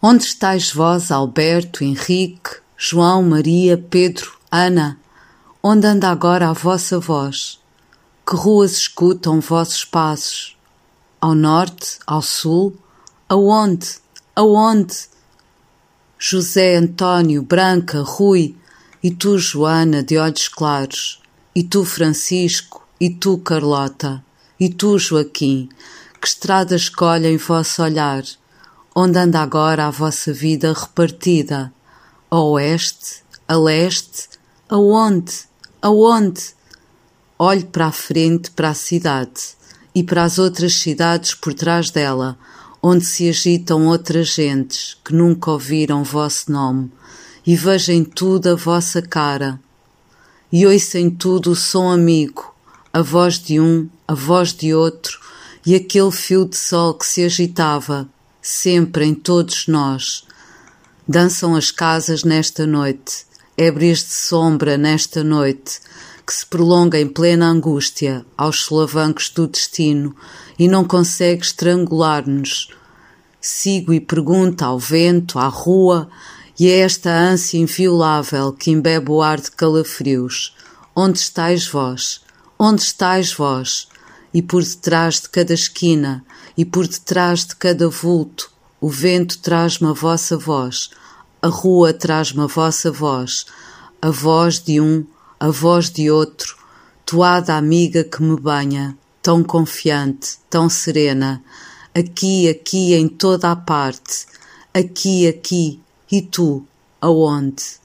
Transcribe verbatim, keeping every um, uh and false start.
Onde estáis vós, Alberto, Henrique, João, Maria, Pedro, Ana? Onde anda agora a vossa voz? Que ruas escutam vossos passos? Ao norte, ao sul? Aonde? Aonde? José, António, Branca, Rui, e tu, Joana, de olhos claros, e tu, Francisco, e tu, Carlota, e tu, Joaquim, que estrada escolhem vosso olhar? Onde anda agora a vossa vida repartida? A oeste? A leste? Aonde? Aonde? Olhe para a frente, para a cidade, e para as outras cidades por trás dela, onde se agitam outras gentes que nunca ouviram vosso nome, e veja em tudo a vossa cara, e ouça em tudo o som amigo, a voz de um, a voz de outro, e aquele fio de sol que se agitava, sempre em todos nós. Dançam as casas nesta noite, ébrias de sombra nesta noite, que se prolonga em plena angústia aos solavancos do destino e não consegue estrangular-nos. Sigo e pergunto ao vento, à rua, e é esta ânsia inviolável que embebe o ar de calafrios. Onde estáis vós? Onde estáis vós? E por detrás de cada esquina, e por detrás de cada vulto, o vento traz-me a vossa voz, a rua traz-me a vossa voz, a voz de um, a voz de outro, toada amiga que me banha, tão confiante, tão serena, aqui, aqui, em toda a parte, aqui, aqui, e tu, aonde?